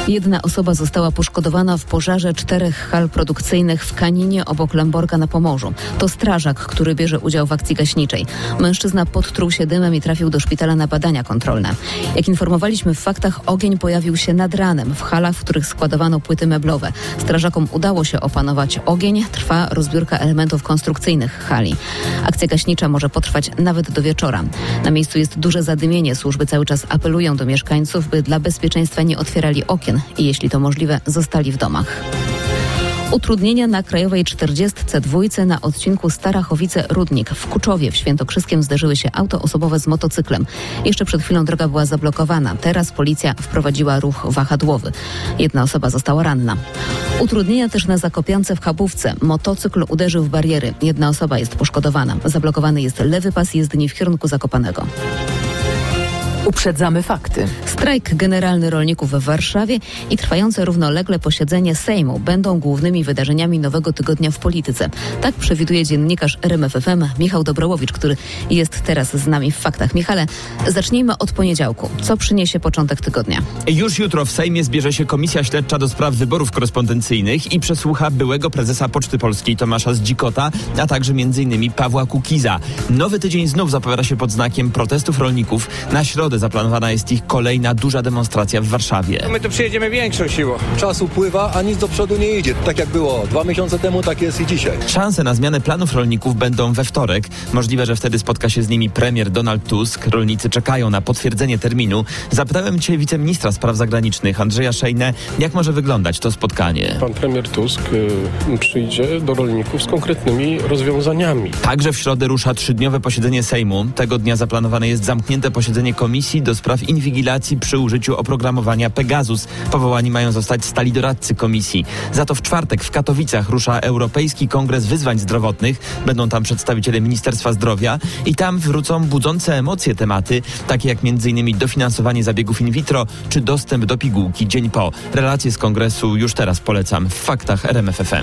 Jedna osoba została poszkodowana w pożarze 4 hal produkcyjnych w Kaninie obok Lemborga na Pomorzu. To strażak, który bierze udział w akcji gaśniczej. Mężczyzna podtruł się dymem i trafił do szpitala na badania kontrolne. Jak informowaliśmy w faktach, ogień pojawił się nad ranem w halach, w których składowano płyty meblowe. Strażakom udało się opanować ogień. Trwa rozbiórka elementów konstrukcyjnych hali. Akcja gaśnicza może potrwać nawet do wieczora. Na miejscu jest duże zadymienie. Służby cały czas apelują do mieszkańców, by dla bezpieczeństwa nie otwierali okien i jeśli to możliwe, zostali w domach. Utrudnienia na Krajowej 42 na odcinku Starachowice-Rudnik. W Kuczowie w Świętokrzyskiem zderzyły się auto osobowe z motocyklem. Jeszcze przed chwilą droga była zablokowana. Teraz policja wprowadziła ruch wahadłowy. Jedna osoba została ranna. Utrudnienia też na Zakopiance w Chabówce. Motocykl uderzył w bariery. Jedna osoba jest poszkodowana. Zablokowany jest lewy pas jezdni w kierunku Zakopanego. Uprzedzamy fakty. Strajk generalny rolników w Warszawie i trwające równolegle posiedzenie Sejmu będą głównymi wydarzeniami nowego tygodnia w polityce. Tak przewiduje dziennikarz RMF FM Michał Dobrołowicz, który jest teraz z nami w faktach. Michale, zacznijmy od poniedziałku. Co przyniesie początek tygodnia? Już jutro w Sejmie zbierze się Komisja Śledcza do spraw wyborów korespondencyjnych i przesłucha byłego prezesa Poczty Polskiej Tomasza Zdzikota, a także m.in. Pawła Kukiza. Nowy tydzień znów zapowiada się pod znakiem protestów rolników. Na środę zaplanowana jest ich kolejna duża demonstracja w Warszawie. My tu przyjedziemy większą siłą. Czas upływa, a nic do przodu nie idzie. Tak jak było 2 miesiące temu, tak jest i dzisiaj. Szanse na zmianę planów rolników będą we wtorek. Możliwe, że wtedy spotka się z nimi premier Donald Tusk. Rolnicy czekają na potwierdzenie terminu. Zapytałem dzisiaj wiceministra spraw zagranicznych Andrzeja Szejnę, jak może wyglądać to spotkanie. Pan premier Tusk przyjdzie do rolników z konkretnymi rozwiązaniami. Także w środę rusza 3-dniowe posiedzenie Sejmu. Tego dnia zaplanowane jest zamknięte posiedzenie Komisji do spraw inwigilacji przy użyciu oprogramowania Pegasus. Powołani mają zostać stali doradcy komisji. Za to w czwartek w Katowicach rusza Europejski Kongres Wyzwań Zdrowotnych. Będą tam przedstawiciele Ministerstwa Zdrowia i tam wrócą budzące emocje tematy, takie jak m.in. dofinansowanie zabiegów in vitro czy dostęp do pigułki dzień po. Relacje z kongresu już teraz polecam w faktach RMF FM.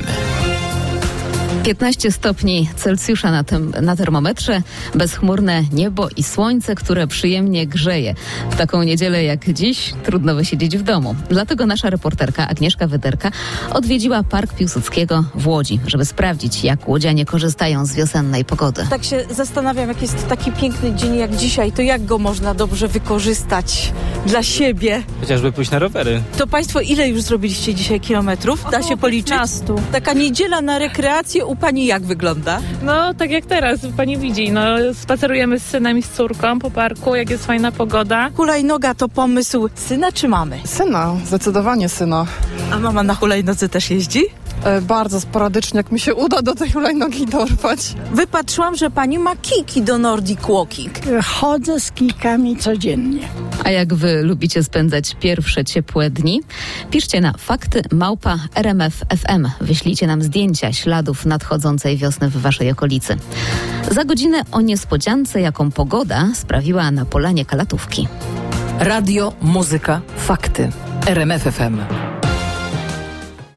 15 stopni Celsjusza na termometrze, bezchmurne niebo i słońce, które przyjemnie grzeje. W taką niedzielę jak dziś trudno wysiedzieć w domu. Dlatego nasza reporterka Agnieszka Wyderka odwiedziła Park Piłsudskiego w Łodzi, żeby sprawdzić, jak łodzianie korzystają z wiosennej pogody. Tak się zastanawiam, jak jest taki piękny dzień jak dzisiaj, to jak go można dobrze wykorzystać dla siebie? Chociażby pójść na rowery. To państwo ile już zrobiliście dzisiaj kilometrów? Da się policzyć? 15. Taka niedziela na rekreację u pani jak wygląda? No, tak jak teraz, pani widzi, spacerujemy z synem i z córką po parku, jak jest fajna pogoda. Hulajnoga to pomysł syna czy mamy? Syna, zdecydowanie syna. A mama na hulajnodze też jeździ? Bardzo sporadycznie, jak mi się uda do tej hulajnogi dorwać. Wypatrzyłam, że pani ma kijki do Nordic Walking. Chodzę z kijkami codziennie. A jak wy lubicie spędzać pierwsze ciepłe dni? Piszcie na fakty@rmf.fm. Wyślijcie nam zdjęcia śladów nadchodzącej wiosny w waszej okolicy. Za godzinę o niespodziance, jaką pogoda sprawiła na polanie Kalatówki. Radio, muzyka, fakty. RMF FM.